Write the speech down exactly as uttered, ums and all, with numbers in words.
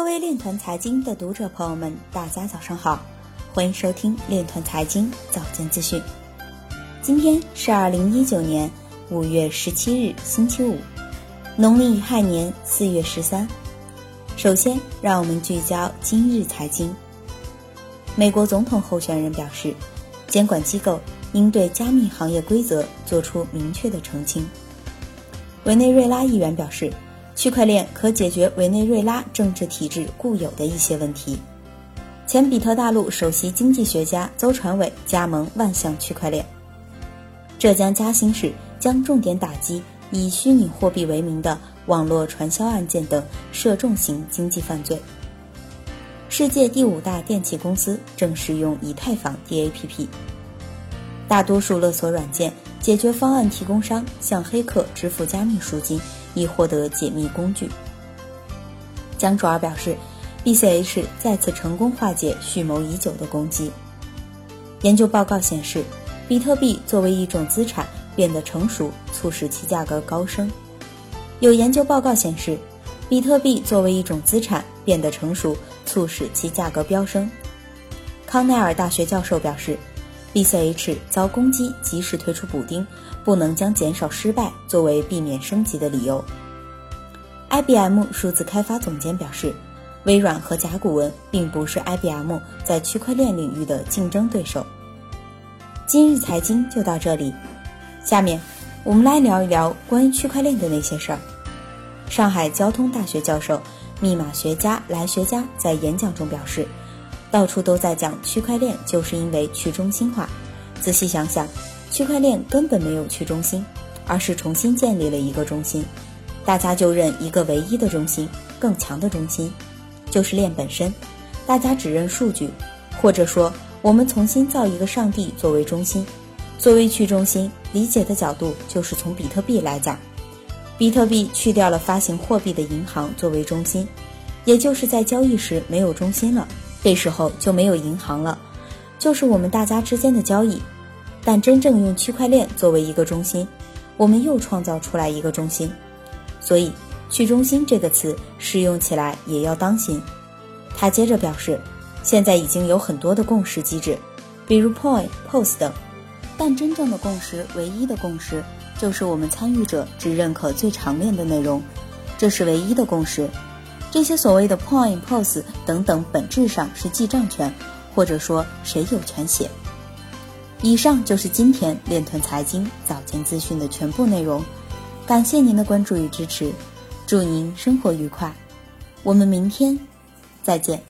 位链团财经的读者朋友们，大家早上好，欢迎收听链团财经早间资讯。今天是二零一九年五月十七日，星期五，农历亥年四月十三。首先，让我们聚焦今日财经。美国总统候选人表示，监管机构应对加密行业规则做出明确的澄清。委内瑞拉议员表示，区块链可解决委内瑞拉政治体制固有的一些问题。前比特大陆首席经济学家邹传伟加盟万象区块链。浙江嘉兴市将重点打击以虚拟货币为名的网络传销案件等涉重型经济犯罪。世界第五大电器公司正使用以太坊 D A P P。大多数勒索软件解决方案提供商向黑客支付加密赎金，以获得解密工具。江卓尔表示 B C H 再次成功化解蓄谋已久的攻击。研究报告显示，比特币作为一种资产变得成熟，促使其价格高升。有研究报告显示，比特币作为一种资产变得成熟，促使其价格飙升。康奈尔大学教授表示， B C H 遭攻击及时推出补丁，不能将减少失败作为避免升级的理由。I B M 数字开发总监表示，微软和甲骨文并不是 I B M 在区块链领域的竞争对手。今日财经就到这里，下面我们来聊一聊关于区块链的那些事儿。上海交通大学教授、密码学家来学家在演讲中表示，到处都在讲区块链，就是因为去中心化。仔细想想，区块链根本没有去中心，而是重新建立了一个中心。大家就认一个唯一的中心，更强的中心，就是链本身。大家只认数据，或者说我们重新造一个上帝作为中心。作为去中心，理解的角度就是从比特币来讲，比特币去掉了发行货币的银行作为中心，也就是在交易时没有中心了，这时候就没有银行了，就是我们大家之间的交易。但真正用区块链作为一个中心，我们又创造出来一个中心。所以去中心这个词使用起来也要当心。他接着表示，现在已经有很多的共识机制，比如 Point、Pos 等，但真正的共识，唯一的共识，就是我们参与者只认可最长链的内容，这是唯一的共识。这些所谓的 Point、Pos 等等本质上是记账权，或者说谁有权写。以上就是今天链团财经早间资讯的全部内容，感谢您的关注与支持，祝您生活愉快，我们明天再见。